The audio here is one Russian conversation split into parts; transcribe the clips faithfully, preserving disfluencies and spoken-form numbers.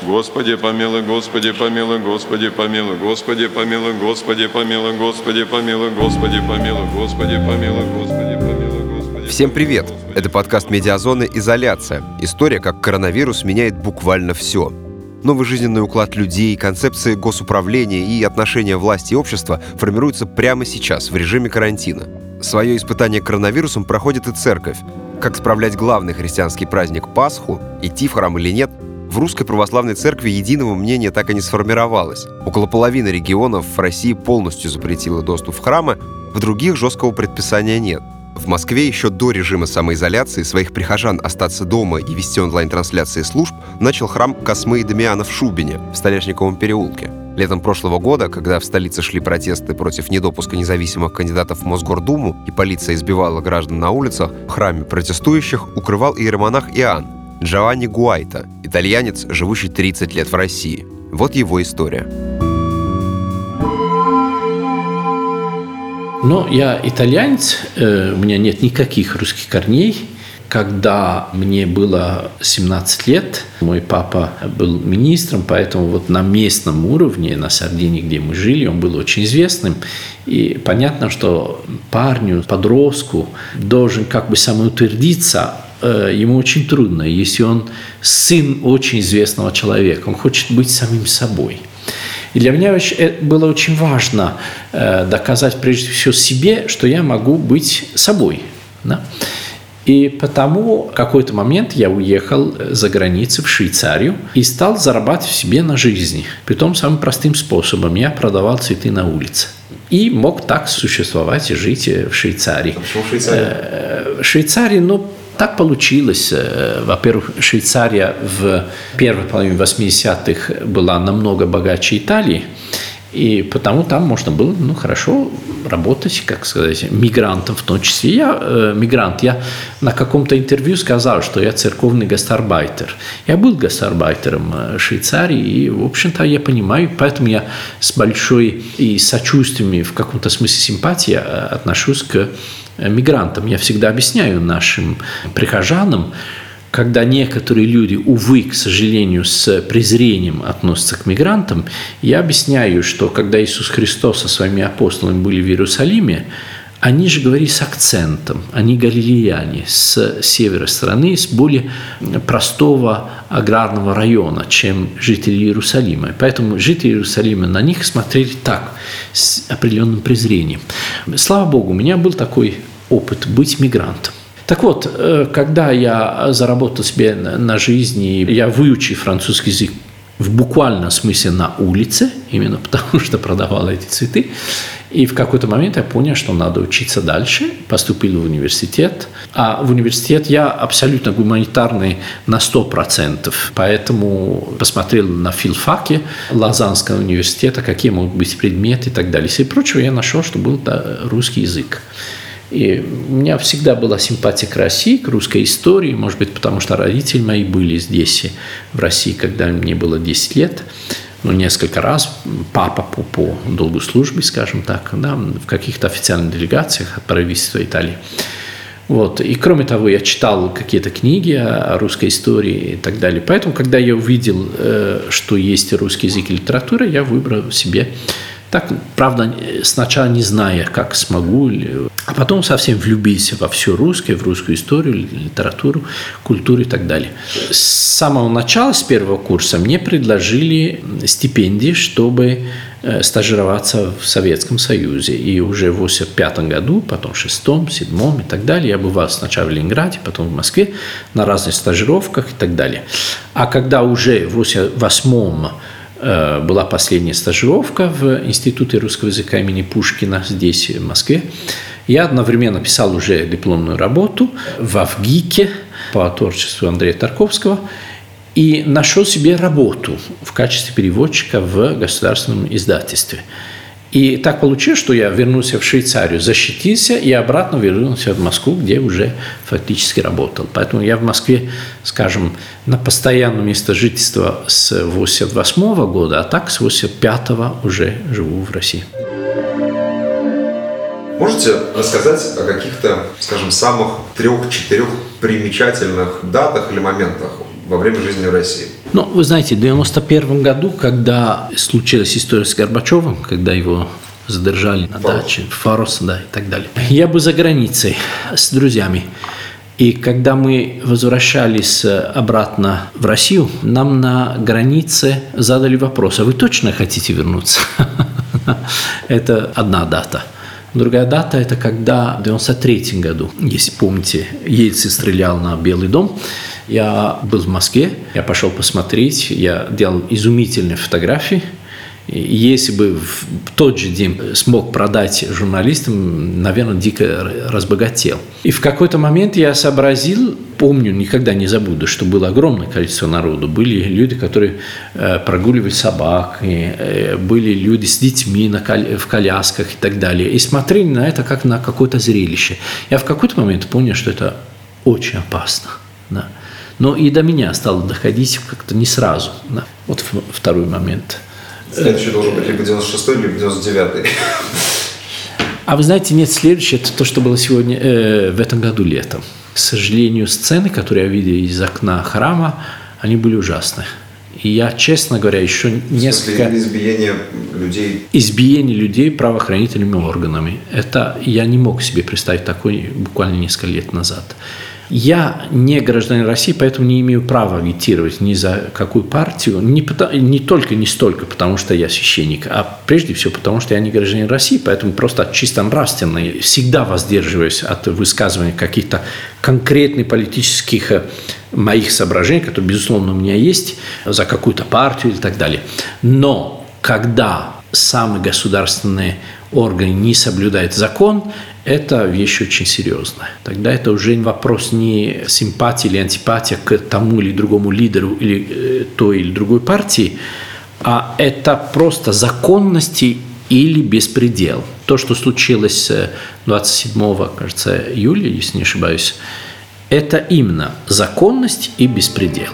Господи помилуй, Господи помилуй, Господи помилуй, Господи помилуй, Господи помилуй, Господи помилуй, Господи помилуй, Господи помилуй, Господи помилуй, Господи. Всем привет! Это подкаст «Медиазоны. Изоляция». История, как коронавирус меняет буквально все. Новый жизненный уклад людей, концепции госуправления и отношения власти и общества формируются прямо сейчас, в режиме карантина. Свое испытание коронавирусом проходит и церковь. Как справлять главный христианский праздник Пасху, идти в храм или нет, в Русской Православной Церкви единого мнения так и не сформировалось. Около половины регионов в России полностью запретило доступ в храмы, в других жесткого предписания нет. В Москве еще до режима самоизоляции своих прихожан остаться дома и вести онлайн-трансляции служб начал храм Космы и Дамиана в Шубине, в Столешниковом переулке. Летом прошлого года, когда в столице шли протесты против недопуска независимых кандидатов в Мосгордуму и полиция избивала граждан на улицах, в храме протестующих укрывал иеромонах Иоанн Джованни Гуайта, итальянец, живущий тридцать лет в России. Вот его история. Ну, я итальянец, э, у меня нет никаких русских корней. Когда мне было семнадцать лет, мой папа был министром, поэтому вот на местном уровне, на Сардинии, где мы жили, он был очень известным. И понятно, что парню, подростку должен как бы самоутвердиться, э, ему очень трудно, если он сын очень известного человека, он хочет быть самим собой. И для меня было очень важно э, доказать прежде всего себе, что я могу быть собой. Да? И потому в какой-то момент я уехал за границу в Швейцарию и стал зарабатывать себе на жизнь. Притом самым простым способом. Я продавал цветы на улице. И мог так существовать и жить в Швейцарии. Почему в Швейцарии? Э, в Швейцарии, ну, так получилось. Во-первых, Швейцария в первой половине восьмидесятых была намного богаче Италии, и потому там можно было, ну, хорошо работать, как сказать, мигрантом в том числе. Я э, мигрант. Я на каком-то интервью сказал, что я церковный гастарбайтер. Я был гастарбайтером в Швейцарии, и, в общем-то, я понимаю, поэтому я с большой и сочувствием, и в каком-то смысле симпатией отношусь к мигрантам. Я всегда объясняю нашим прихожанам, когда некоторые люди, увы, к сожалению, с презрением относятся к мигрантам, я объясняю, что когда Иисус Христос со своими апостолами были в Иерусалиме, они же говорили с акцентом, они галилеяне, с севера страны, с более простого аграрного района, чем жители Иерусалима. Поэтому жители Иерусалима на них смотрели так, с определенным презрением. Слава Богу, у меня был такой опыт быть мигрантом. Так вот, когда я заработал себе на жизни, я выучил французский язык в буквальном смысле на улице, именно потому что продавал эти цветы, и в какой-то момент я понял, что надо учиться дальше, поступил в университет, а в университет я абсолютно гуманитарный на сто процентов, поэтому посмотрел на филфаке Лозаннского университета, какие могут быть предметы и так далее. Среди прочего я нашел, что был да, русский язык. И у меня всегда была симпатия к России, к русской истории, может быть, потому что родители мои были здесь, в России, когда мне было десять лет. Ну, несколько раз папа по, по долгу службы, скажем так, да, в каких-то официальных делегациях от правительства Италии. Вот. И кроме того, я читал какие-то книги о русской истории и так далее. Поэтому, когда я увидел, что есть русский язык и литература, я выбрал себе так, правда, сначала не зная, как смогу, а потом совсем влюбился во все русское, в русскую историю, литературу, культуру и так далее. С самого начала, с первого курса, мне предложили стипендии, чтобы стажироваться в Советском Союзе. И уже в восемьдесят пятом году, потом в шестом, седьмом и так далее, я бывал сначала в Ленинграде, потом в Москве на разных стажировках и так далее. А когда уже в восемьдесят восьмом была последняя стажировка в Институте русского языка имени Пушкина здесь, в Москве, я одновременно писал уже дипломную работу в ВГИКе по творчеству Андрея Тарковского и нашел себе работу в качестве переводчика в государственном издательстве. И так получилось, что я вернулся в Швейцарию, защитился и обратно вернулся в Москву, где уже фактически работал. Поэтому я в Москве, скажем, на постоянном месте жительства с восемьдесят восьмого года, а так с восемьдесят пятого уже живу в России. Можете рассказать о каких-то, скажем, самых трех-четырех примечательных датах или моментах во время жизни в России? Ну, вы знаете, в девяносто первом году, когда случилась история с Горбачевым, когда его задержали на даче, Форос, да, и так далее, я был за границей с друзьями. И когда мы возвращались обратно в Россию, нам на границе задали вопрос: а вы точно хотите вернуться? Это одна дата. Другая дата – это когда в девяносто третьем году, если помните, Ельцин стрелял на Белый дом. Я был в Москве, я пошел посмотреть, я делал изумительные фотографии. И если бы в тот же день смог продать журналистам, наверное, дико разбогател. И в какой-то момент я сообразил, помню, никогда не забуду, что было огромное количество народу. Были люди, которые прогуливали собак, и были люди с детьми в колясках и так далее. И смотрели на это как на какое-то зрелище. Я в какой-то момент понял, что это очень опасно. Да. Но и до меня стало доходить как-то не сразу. Да. Вот второй момент. Следующий должен быть либо девяносто шестой, либо девяносто девятый. А вы знаете, нет, следующее, это то, что было сегодня, э, в этом году летом. К сожалению, сцены, которые я видел из окна храма, они были ужасны. И я, честно говоря, еще несколько... В смысле, избиение людей? Избиение людей правоохранительными органами. Это я не мог себе представить такое буквально несколько лет назад. Я не гражданин России, поэтому не имею права агитировать ни за какую партию, не, потому, не только, не столько потому, что я священник, а прежде всего потому, что я не гражданин России, поэтому просто чисто нравственно всегда воздерживаюсь от высказывания каких-то конкретных политических моих соображений, которые, безусловно, у меня есть, за какую-то партию и так далее. Но когда самые государственные органы не соблюдают закон, это вещь очень серьезная. Тогда это уже вопрос не симпатии или антипатии к тому или другому лидеру или той или другой партии, а это просто законности или беспредел. То, что случилось двадцать седьмого, кажется, июля, если не ошибаюсь, это именно законность и беспредел.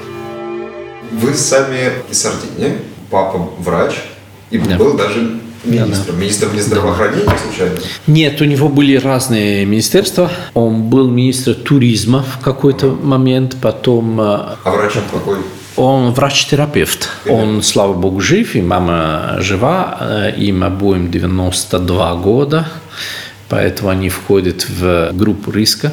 Вы сами из Сардинии, папа врач, и да. был даже министром. Да, да. Министром не здравоохранения, да. случайно? Нет, у него были разные министерства. Он был министром туризма в какой-то ага. момент, потом... А врачом какой? Он врач-терапевт. Понятно. Он, слава богу, жив, и мама жива. Им обоим девяносто два года, поэтому они входят в группу риска.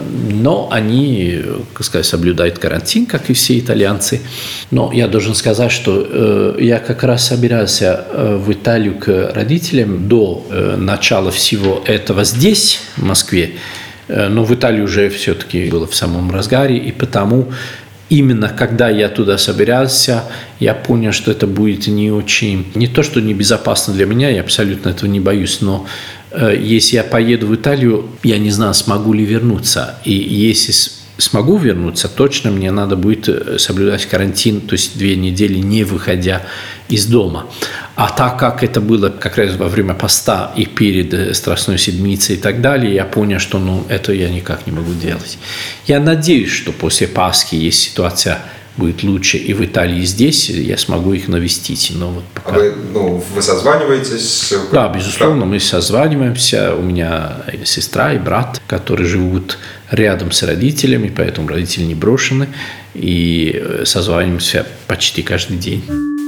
Но они, как сказать, соблюдают карантин, как и все итальянцы. Но я должен сказать, что э, я как раз собирался э, в Италию к родителям до э, начала всего этого здесь, в Москве. Э, но в Италии уже все-таки было в самом разгаре, и потому именно когда я туда собирался, я понял, что это будет не очень... Не то, что небезопасно для меня, я абсолютно этого не боюсь, но если я поеду в Италию, я не знаю, смогу ли вернуться. И если смогу вернуться, точно мне надо будет соблюдать карантин, то есть две недели не выходя из дома. А так как это было как раз во время поста и перед Страстной Седмицей и так далее, я понял, что ну, это я никак не могу делать. Я надеюсь, что после Пасхи, если ситуация будет лучше и в Италии, и здесь, я смогу их навестить. Но вот пока... А вы, ну, вы созваниваетесь? Да, безусловно, мы созваниваемся. У меня сестра и брат, которые живут рядом с родителями, поэтому родители не брошены. И созваниваемся почти каждый день.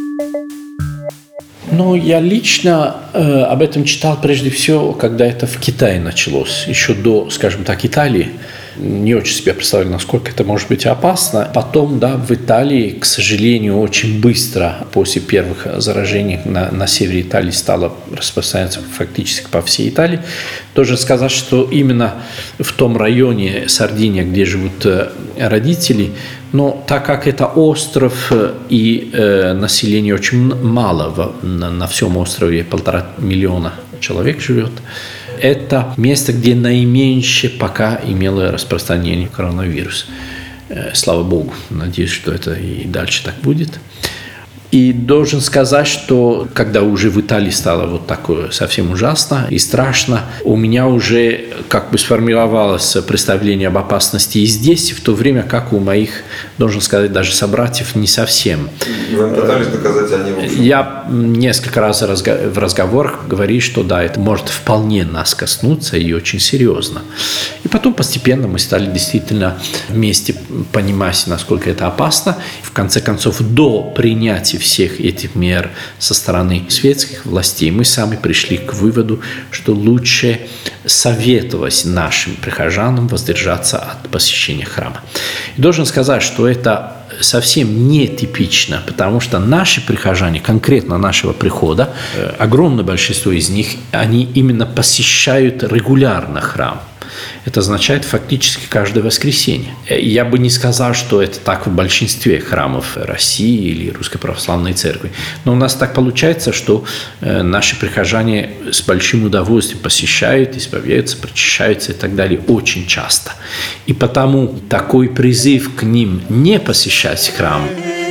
Ну, я лично э, об этом читал прежде всего, когда это в Китае началось, еще до, скажем так, Италии. Не очень себе представляю, насколько это может быть опасно. Потом, да, в Италии, к сожалению, очень быстро после первых заражений на, на севере Италии стало распространяться фактически по всей Италии. Тоже сказать, что именно в том районе Сардиния, где живут родители, но так как это остров и э, населения очень мало, в, на, на всем острове полтора миллиона человек живет, это место, где наименьше пока имело распространение коронавируса. Слава Богу, надеюсь, что это и дальше так будет. И должен сказать, что когда уже в Италии стало вот такое совсем ужасно и страшно, у меня уже как бы сформировалось представление об опасности и здесь, в то время как у моих, должен сказать, даже собратьев не совсем. Вы пытались доказать, они... Я несколько раз в разговорах говорю, что да, это может вполне нас коснуться и очень серьезно. И потом постепенно мы стали действительно вместе понимать, насколько это опасно. В конце концов, до принятия всех этих мер со стороны светских властей мы сами пришли к выводу, что лучше советовать нашим прихожанам воздержаться от посещения храма. И должен сказать, что это совсем нетипично, потому что наши прихожане, конкретно нашего прихода, огромное большинство из них, они именно посещают регулярно храм. Это означает фактически каждое воскресенье. Я бы не сказал, что это так в большинстве храмов России или Русской Православной Церкви. Но у нас так получается, что наши прихожане с большим удовольствием посещают, исповедуются, причащаются и так далее очень часто. И потому такой призыв к ним не посещать храм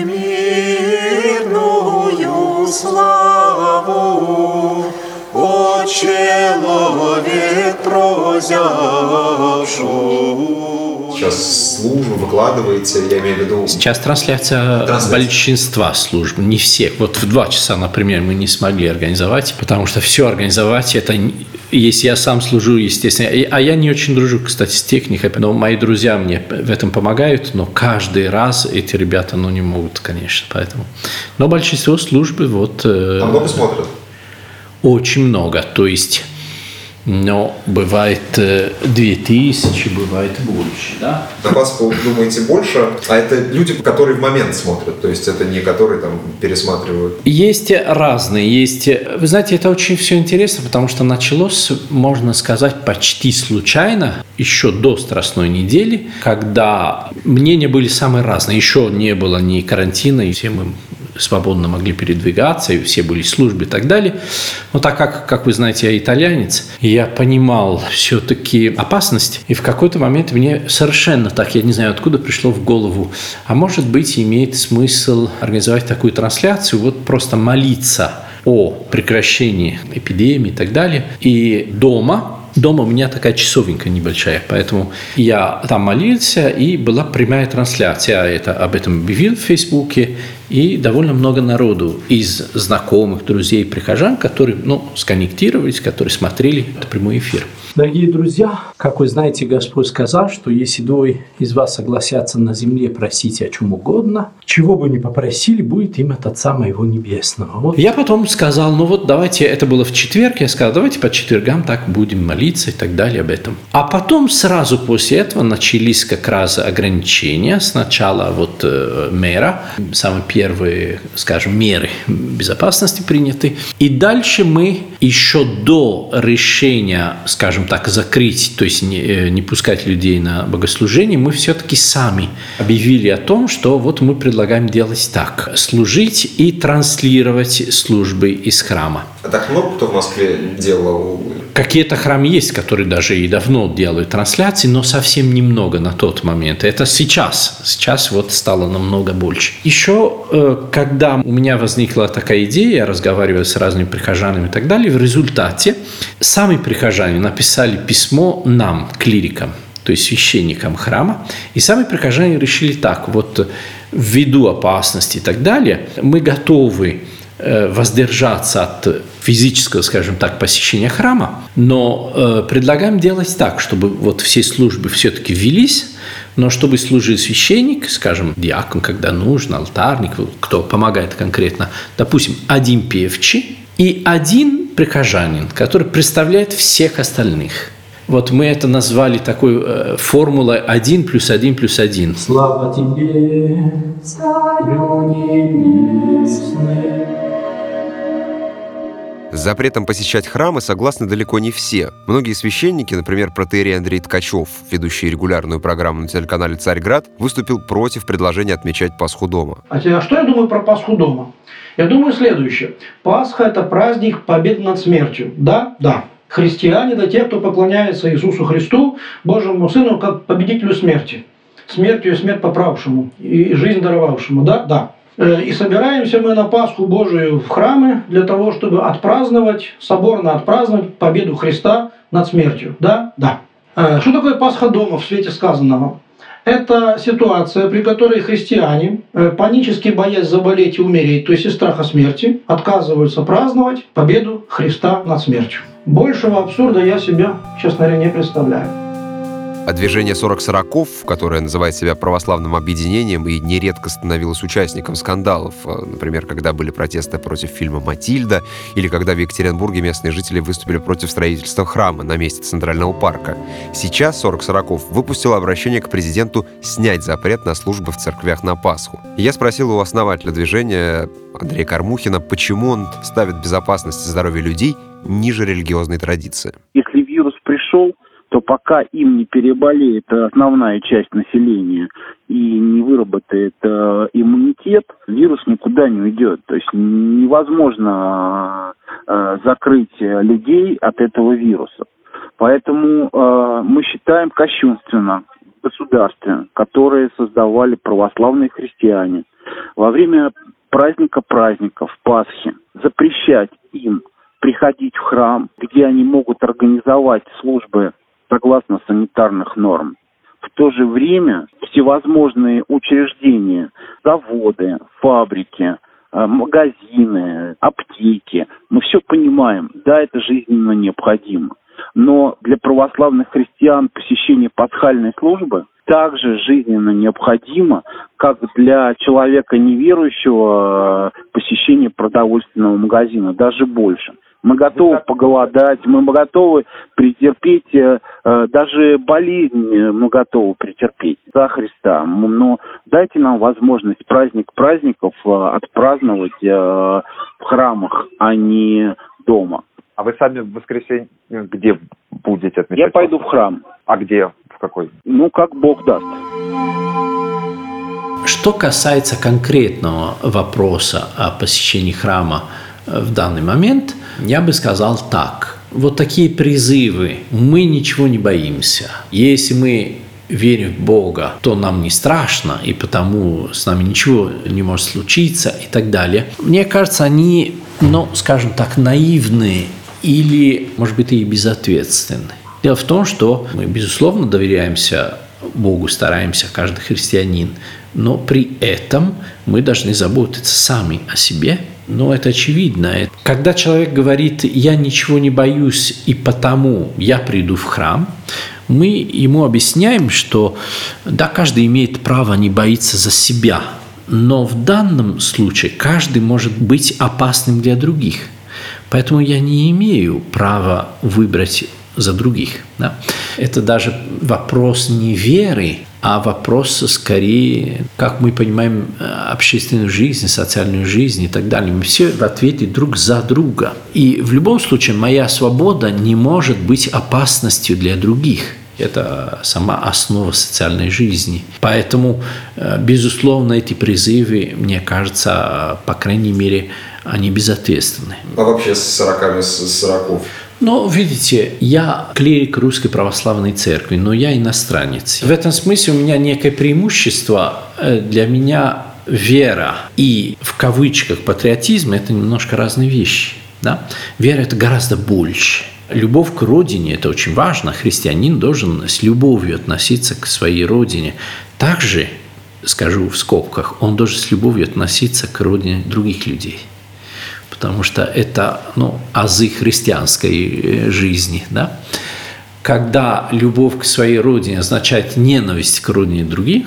человек прозявший. Сейчас службы выкладываете, я имею в виду... Сейчас трансляция, трансляция большинства служб, не всех. Вот в два часа, например, мы не смогли организовать, потому что все организовать, это... Если я сам служу, естественно, а я не очень дружу, кстати, с техникой, но мои друзья мне в этом помогают, но каждый раз эти ребята, ну, не могут, конечно, поэтому... Но большинство службы вот... А много смотрят? Очень много, то есть, но бывает две тысячи, бывает больше, да? На вас, думаете, больше, а это люди, которые в момент смотрят, то есть это не которые там пересматривают? Есть разные, есть, вы знаете, это очень все интересно, потому что началось, можно сказать, почти случайно, еще до Страстной недели, когда мнения были самые разные, еще не было ни карантина, и все мы свободно могли передвигаться, и все были в службе и так далее. Но так как, как вы знаете, я итальянец, я понимал все-таки опасность, и в какой-то момент мне совершенно так, я не знаю, откуда пришло в голову, а может быть, имеет смысл организовать такую трансляцию, вот просто молиться о прекращении эпидемии и так далее, и дома. Дома у меня такая часовенька небольшая, поэтому я там молился, и была прямая трансляция. Я это, об этом объявил в Фейсбуке, и довольно много народу из знакомых, друзей, прихожан, которые ну, сконнектировались, которые смотрели этот прямой эфир. Дорогие друзья, как вы знаете, Господь сказал, что если двое из вас согласятся на земле просить о чем угодно, чего бы ни попросили, будет им от Отца Моего Небесного. Вот. Я потом сказал, ну вот давайте, это было в четверг, я сказал, давайте по четвергам так будем молиться и так далее об этом. А потом сразу после этого начались как раз ограничения. Сначала вот э, мэра, самые первые, скажем, меры безопасности приняты. И дальше мы еще до решения, скажем так, закрыть, то есть не, не пускать людей на богослужение, мы все-таки сами объявили о том, что вот мы предлагаем делать так. Служить и транслировать службы из храма. А так много кто в Москве делал? Какие-то храмы есть, которые даже и давно делают трансляции, но совсем немного на тот момент. Это сейчас. Сейчас вот стало намного больше. Еще, когда у меня возникла такая идея, я разговаривал с разными прихожанами и так далее, в результате сами прихожане написали письмо нам, клирикам, то есть священникам храма, и сами прихожане решили так, вот ввиду опасности и так далее, мы готовы воздержаться от физического, скажем так, посещения храма, но э, предлагаем делать так, чтобы вот все службы все-таки велись, но чтобы служил священник, скажем, диакон, когда нужно, алтарник, кто помогает конкретно, допустим, один певчий и один прихожанин, который представляет всех остальных. Вот мы это назвали такой э, формулой один плюс один плюс один. Слава тебе, Царю Небесный. С запретом посещать храмы согласны далеко не все. Многие священники, например, протоиерей Андрей Ткачев, ведущий регулярную программу на телеканале «Царьград», выступил против предложения отмечать Пасху дома. А что я думаю про Пасху дома? Я думаю следующее. Пасха – это праздник победы над смертью. Да? Да. Христиане – это те, кто поклоняется Иисусу Христу, Божьему Сыну, как победителю смерти. Смертью и смерть поправшему, и жизнь даровавшему. Да? Да. И собираемся мы на Пасху Божию в храмы для того, чтобы отпраздновать, соборно отпраздновать победу Христа над смертью. Да? Да. Что такое Пасха дома в свете сказанного? Это ситуация, при которой христиане, панически боясь заболеть и умереть, то есть из страха смерти, отказываются праздновать победу Христа над смертью. Большего абсурда я себе, честно говоря, не представляю. А движение сорок сороков, которое называет себя православным объединением и нередко становилось участником скандалов, например, когда были протесты против фильма «Матильда» или когда в Екатеринбурге местные жители выступили против строительства храма на месте Центрального парка. Сейчас сорок сороков выпустило обращение к президенту снять запрет на службы в церквях на Пасху. И я спросил у основателя движения Андрея Кормухина, почему он ставит безопасность и здоровье людей ниже религиозной традиции. Если вирус пришел, то пока им не переболеет основная часть населения и не выработает э, иммунитет, вирус никуда не уйдет. То есть невозможно э, закрыть людей от этого вируса. Поэтому э, мы считаем кощунственно в государстве, которое создавали православные христиане, во время праздника праздников, Пасхи, запрещать им приходить в храм, где они могут организовать службы согласно санитарных норм. В то же время всевозможные учреждения, заводы, фабрики, магазины, аптеки, мы все понимаем, да, это жизненно необходимо. Но для православных христиан посещение пасхальной службы также жизненно необходимо, как для человека неверующего посещение продовольственного магазина, даже больше. Мы готовы поголодать, мы готовы претерпеть, э, даже болезнь мы готовы претерпеть за Христа. Но дайте нам возможность праздник праздников э, отпраздновать э, в храмах, а не дома. А вы сами в воскресенье где будете отмечать? Я пойду в храм. А где? В какой? Ну, как Бог даст. Что касается конкретного вопроса о посещении храма в данный момент, я бы сказал так. Вот такие призывы «мы ничего не боимся». Если мы верим в Бога, то нам не страшно, и потому с нами ничего не может случиться и так далее. Мне кажется, они, ну, скажем так, наивные или, может быть, и безответственны. Дело в том, что мы, безусловно, доверяемся Богу, стараемся, каждый христианин, но при этом мы должны заботиться сами о себе. Но это очевидно. Когда человек говорит «я ничего не боюсь, и потому я приду в храм», мы ему объясняем, что да, каждый имеет право не бояться за себя, но в данном случае каждый может быть опасным для других. Поэтому я не имею права выбрать за других. Да? Это даже вопрос не веры, а вопрос скорее, как мы понимаем, общественную жизнь, социальную жизнь и так далее. Мы все в ответе друг за друга. И в любом случае моя свобода не может быть опасностью для других. Это сама основа социальной жизни. Поэтому, безусловно, эти призывы, мне кажется, по крайней мере, они безответственны. А вообще с сороками, с сороков? Ну, видите, я клирик Русской Православной Церкви, но я иностранец. В этом смысле у меня некое преимущество. Для меня вера и, в кавычках, патриотизм – это немножко разные вещи. Да? Вера – это гораздо больше. Любовь к родине – это очень важно. Христианин должен с любовью относиться к своей родине. Также, скажу в скобках, он должен с любовью относиться к родине других людей. Потому что это, ну, азы христианской жизни. Да? Когда любовь к своей родине означает ненависть к родине других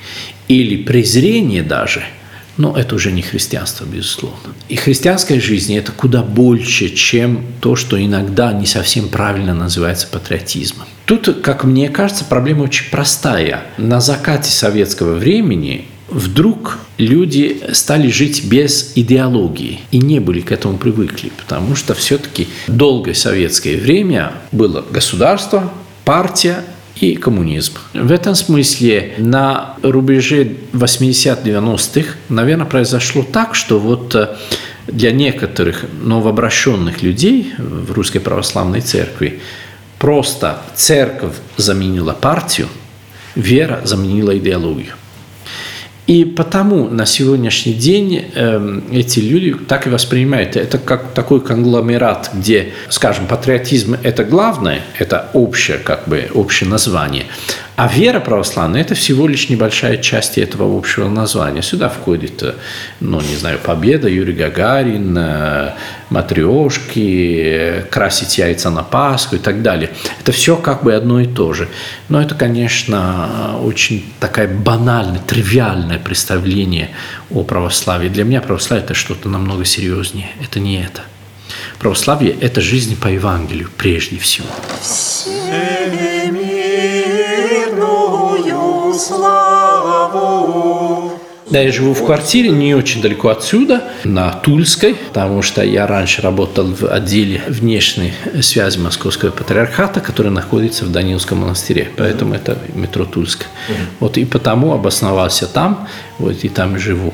или презрение даже, ну, это уже не христианство, безусловно. И христианская жизнь – это куда больше, чем то, что иногда не совсем правильно называется патриотизмом. Тут, как мне кажется, проблема очень простая. На закате советского времени вдруг люди стали жить без идеологии и не были к этому привыкли, потому что все-таки долгое советское время было государство, партия и коммунизм. В этом смысле на рубеже восьмидесятых-девяностых, наверное, произошло так, что вот для некоторых новообращенных людей в Русской Православной Церкви просто церковь заменила партию, вера заменила идеологию. И потому на сегодняшний день э, эти люди так и воспринимают. Это как такой конгломерат, где, скажем, патриотизм – это главное, это общее, как бы, общее название. А вера православная – это всего лишь небольшая часть этого общего названия. Сюда входит, ну, не знаю, Победа, Юрий Гагарин, матрешки, красить яйца на Пасху и так далее. Это все как бы одно и то же. Но это, конечно, очень такое банальное, тривиальное представление о православии. Для меня православие – это что-то намного серьезнее. Это не это. Православие – это жизнь по Евангелию прежде всего. Славу. Да, я живу в квартире не очень далеко отсюда, на Тульской, потому что я раньше работал в отделе внешней связи Московского патриархата, который находится в Даниловском монастыре, поэтому это метро Тульская. Вот и потому обосновался там, вот и там и живу.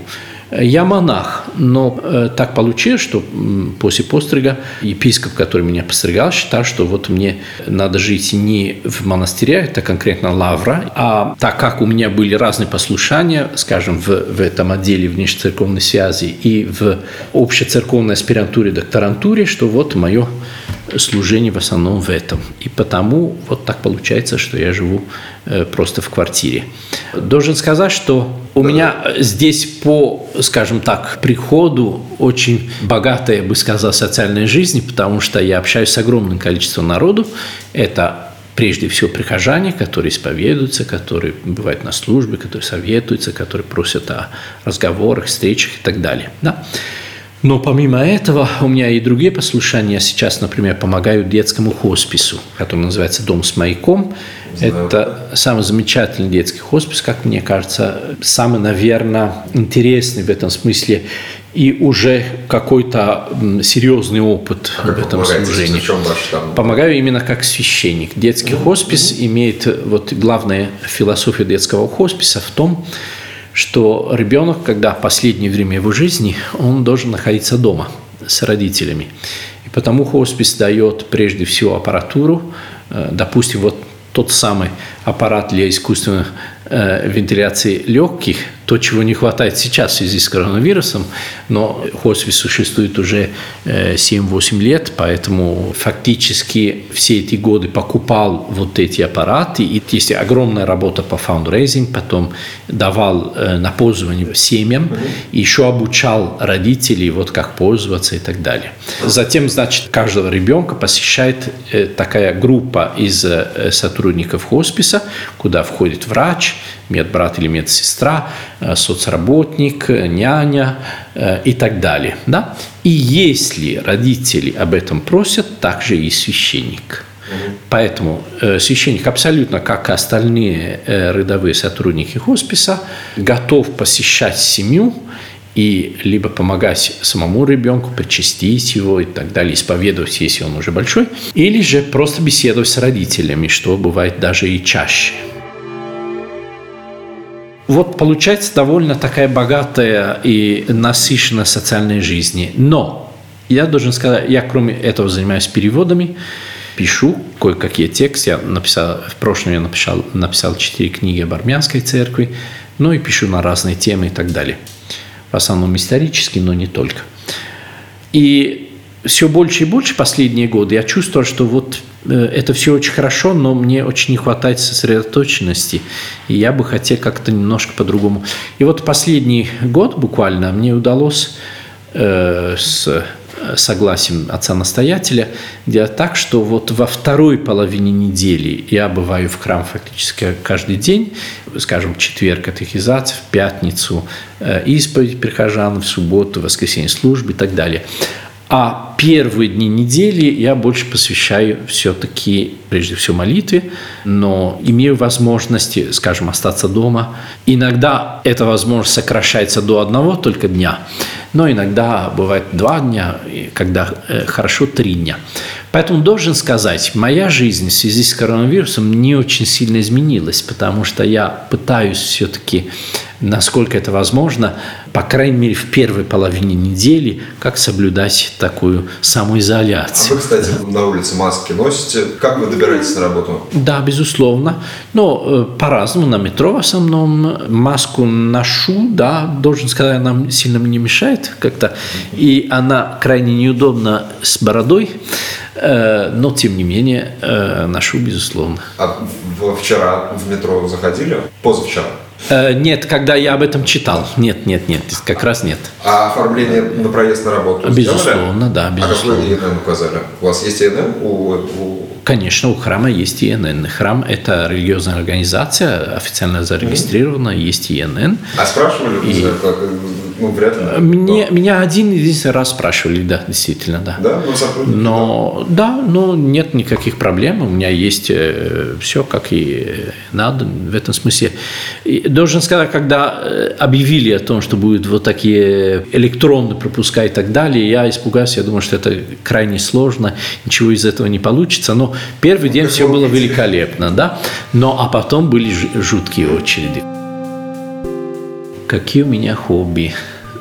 Я монах, но э, так получилось, что э, после пострига епископ, который меня постригал, считал, что вот мне надо жить не в монастыре, это конкретно Лавра, а так как у меня были разные послушания, скажем, в, в этом отделе внешнецерковной связи и в общецерковной аспирантуре, докторантуре, что вот мое служение в основном в этом. И потому вот так получается, что я живу э, просто в квартире. Должен сказать, что у меня здесь по, скажем так, приходу очень богатая, я бы сказал, социальная жизнь, потому что я общаюсь с огромным количеством народу. Это прежде всего прихожане, которые исповедуются, которые бывают на службе, которые советуются, которые просят о разговорах, встречах и так далее. Да? Но помимо этого у меня и другие послушания. Я сейчас, например, помогаю детскому хоспису, который называется «Дом с маяком». Знаю. Это самый замечательный детский хоспис, как мне кажется, самый, наверное, интересный в этом смысле и уже какой-то серьезный опыт как в этом служении. Помогаю именно как священник. Детский mm-hmm. хоспис имеет, вот главная философия детского хосписа в том, что ребенок, когда в последнее время его жизни, он должен находиться дома с родителями. И потому хоспис дает прежде всего аппаратуру, допустим, вот тот самый аппарат для искусственной э, вентиляции легких, то, чего не хватает сейчас в связи с коронавирусом, но хоспис существует уже э, семь-восемь лет, поэтому фактически все эти годы покупал вот эти аппараты, и есть огромная работа по фандрейзинг, потом давал э, на пользование семьям, mm-hmm. и еще обучал родителей, вот как пользоваться и так далее. Затем, значит, каждого ребенка посещает э, такая группа из э, сотрудников хосписа, куда входит врач, медбрат или медсестра, соцработник, няня и так далее. Да? И если родители об этом просят, также и священник. Mm-hmm. Поэтому э, священник абсолютно, как и остальные э, рядовые сотрудники хосписа, готов посещать семью и либо помогать самому ребенку, причастить его и так далее, исповедовать, если он уже большой, или же просто беседовать с родителями, что бывает даже и чаще. Вот получается довольно такая богатая и насыщенная социальная жизнь. Но я должен сказать, я кроме этого занимаюсь переводами, пишу кое-какие тексты. Я написал, в прошлом я написал, написал четыре книги об армянской церкви, ну и пишу на разные темы и так далее. В основном исторические, но не только. И все больше и больше последние годы я чувствовал, что вот это все очень хорошо, но мне очень не хватает сосредоточенности, и я бы хотел как-то немножко по-другому. И вот последний год буквально мне удалось э, с согласием отца-настоятеля делать так, что вот во второй половине недели я бываю в храм фактически каждый день, скажем, в четверг катехизация, в пятницу э, исповедь прихожан, в субботу, в воскресенье службы и так далее. А первые дни недели я больше посвящаю все-таки, прежде всего, молитве, но имею возможность, скажем, остаться дома. Иногда эта возможность сокращается до одного только дня, но иногда бывает два дня, когда э, хорошо три дня. Поэтому должен сказать, моя жизнь в связи с коронавирусом не очень сильно изменилась, потому что я пытаюсь все-таки насколько это возможно, по крайней мере, в первой половине недели, как соблюдать такую самоизоляцию. А вы, кстати, на улице маски носите? Как вы добираетесь на работу? Да, безусловно. Но э, по-разному. На метро в основном маску ношу, да, должен сказать, она сильно мне мешает как-то. И она крайне неудобна с бородой, э, но, тем не менее, э, ношу, безусловно. А вы вчера в метро заходили? Позавчера? Э, нет, когда я об этом читал. Нет, нет, нет, как раз нет. А оформление на проезд на работу Безусловно, сделали? да, безусловно. А какой ИНН указали? У вас есть ИНН? У, у... Конечно, у храма есть ИНН. Храм – это религиозная организация, официально зарегистрирована, mm-hmm. есть ИНН. А спрашивали вы, и... как, ну, вряд ли. Мне, меня один единственный раз спрашивали, да, действительно, да. Да? Ну, сотрудники, но, да. да, но нет никаких проблем. У меня есть э, все, как и надо в этом смысле. И должен сказать, когда объявили о том, что будут вот такие электронные пропуска и так далее, я испугался, я думал, что это крайне сложно, ничего из этого не получится. Но первый ну, день все было великолепно, да. Но а потом были жуткие очереди. Какие у меня хобби?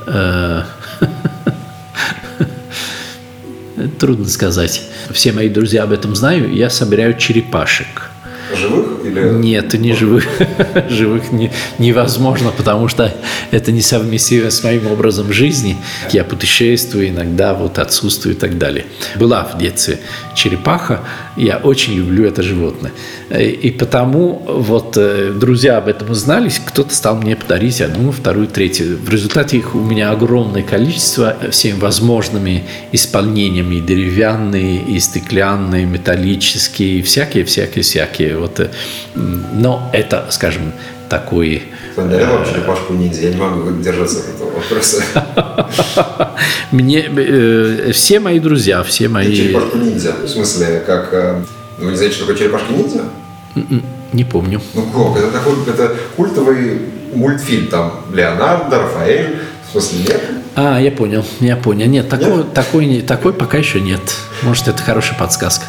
Трудно сказать. Все мои друзья об этом знают. Я собираю черепашек. Живых или? Нет, не живых. Живых не, невозможно, потому что это несовместимо с моим образом жизни. Я путешествую, иногда вот отсутствую и так далее. Была в детстве черепаха, я очень люблю это животное. И потому вот друзья об этом узнали, кто-то стал мне подарить одну, вторую, третью. В результате их у меня огромное количество, всеми возможными исполнениями, и деревянные, и стеклянные, металлические, и всякие, всякие, всякие. Вот, но это, скажем, такой... Да, я вам черепашку ниндзя, я не могу держаться от этого вопроса. Мне э, все мои друзья, все мои... Черепашку ниндзя, в смысле, как... Э, вы не знаете, что такое черепашка ниндзя? Не помню. Ну как, это такой, это культовый мультфильм, там, Леонардо, Рафаэль, в смысле, нет? А, я понял, я понял. Нет, такой, нет? Такой, такой пока еще нет. Может, это хорошая подсказка.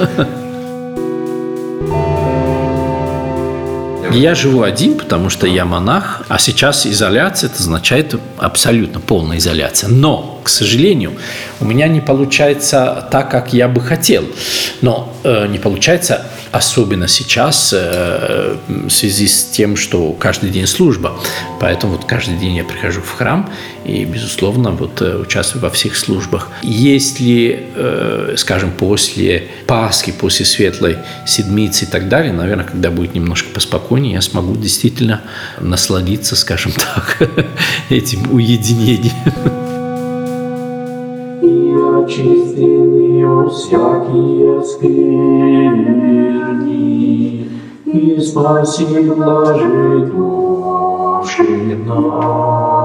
Я живу один, потому что я монах, а сейчас изоляция, это означает абсолютно полная изоляция. Но, к сожалению, у меня не получается так, как я бы хотел. Но э, не получается особенно сейчас э, в связи с тем, что каждый день служба. Поэтому вот каждый день я прихожу в храм и, безусловно, вот, э, участвую во всех службах. Если, э, скажем, после Пасхи, после Светлой Седмицы и так далее, наверное, когда будет немножко поспокойнее, я смогу действительно насладиться, скажем так, этим уединением. Очистили всякие скверни, и спаси блажи души наши.